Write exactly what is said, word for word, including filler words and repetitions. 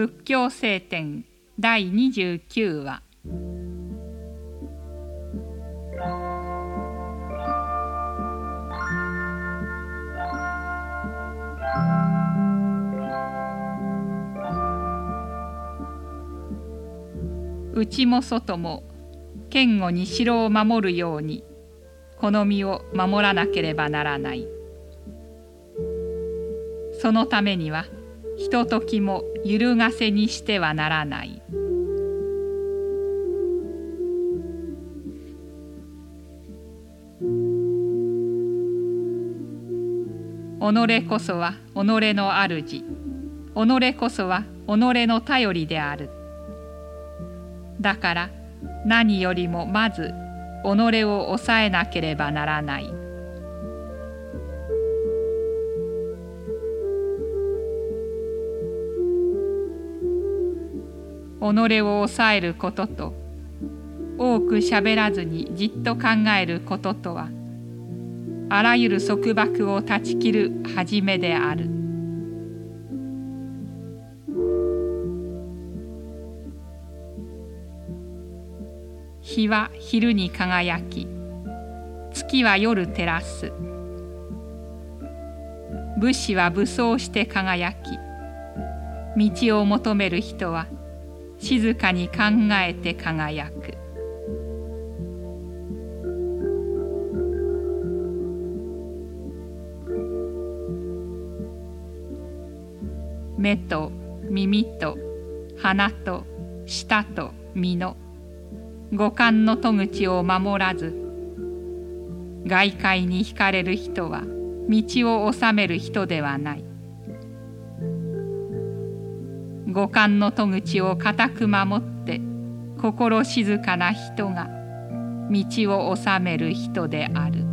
仏教聖典だいにじゅうきゅうわ。内も外も堅固に城を守るようにこの身を守らなければならない。そのためにはひとときも揺るがせにしてはならない。己こそは己の主、己こそは己の頼りである。だから何よりもまず己を抑えなければならない。己を抑えることと多くしゃべらずにじっと考えることとはあらゆる束縛を断ち切る始めである。日は昼に輝き、月は夜照らす。武士は武装して輝き、道を求める人は静かに考えて輝く。目と耳と鼻と舌と身の五感の戸口を守らず、外界に惹かれる人は道を治める人ではない。五感の戸口を固く守って心静かな人が道を治める人である。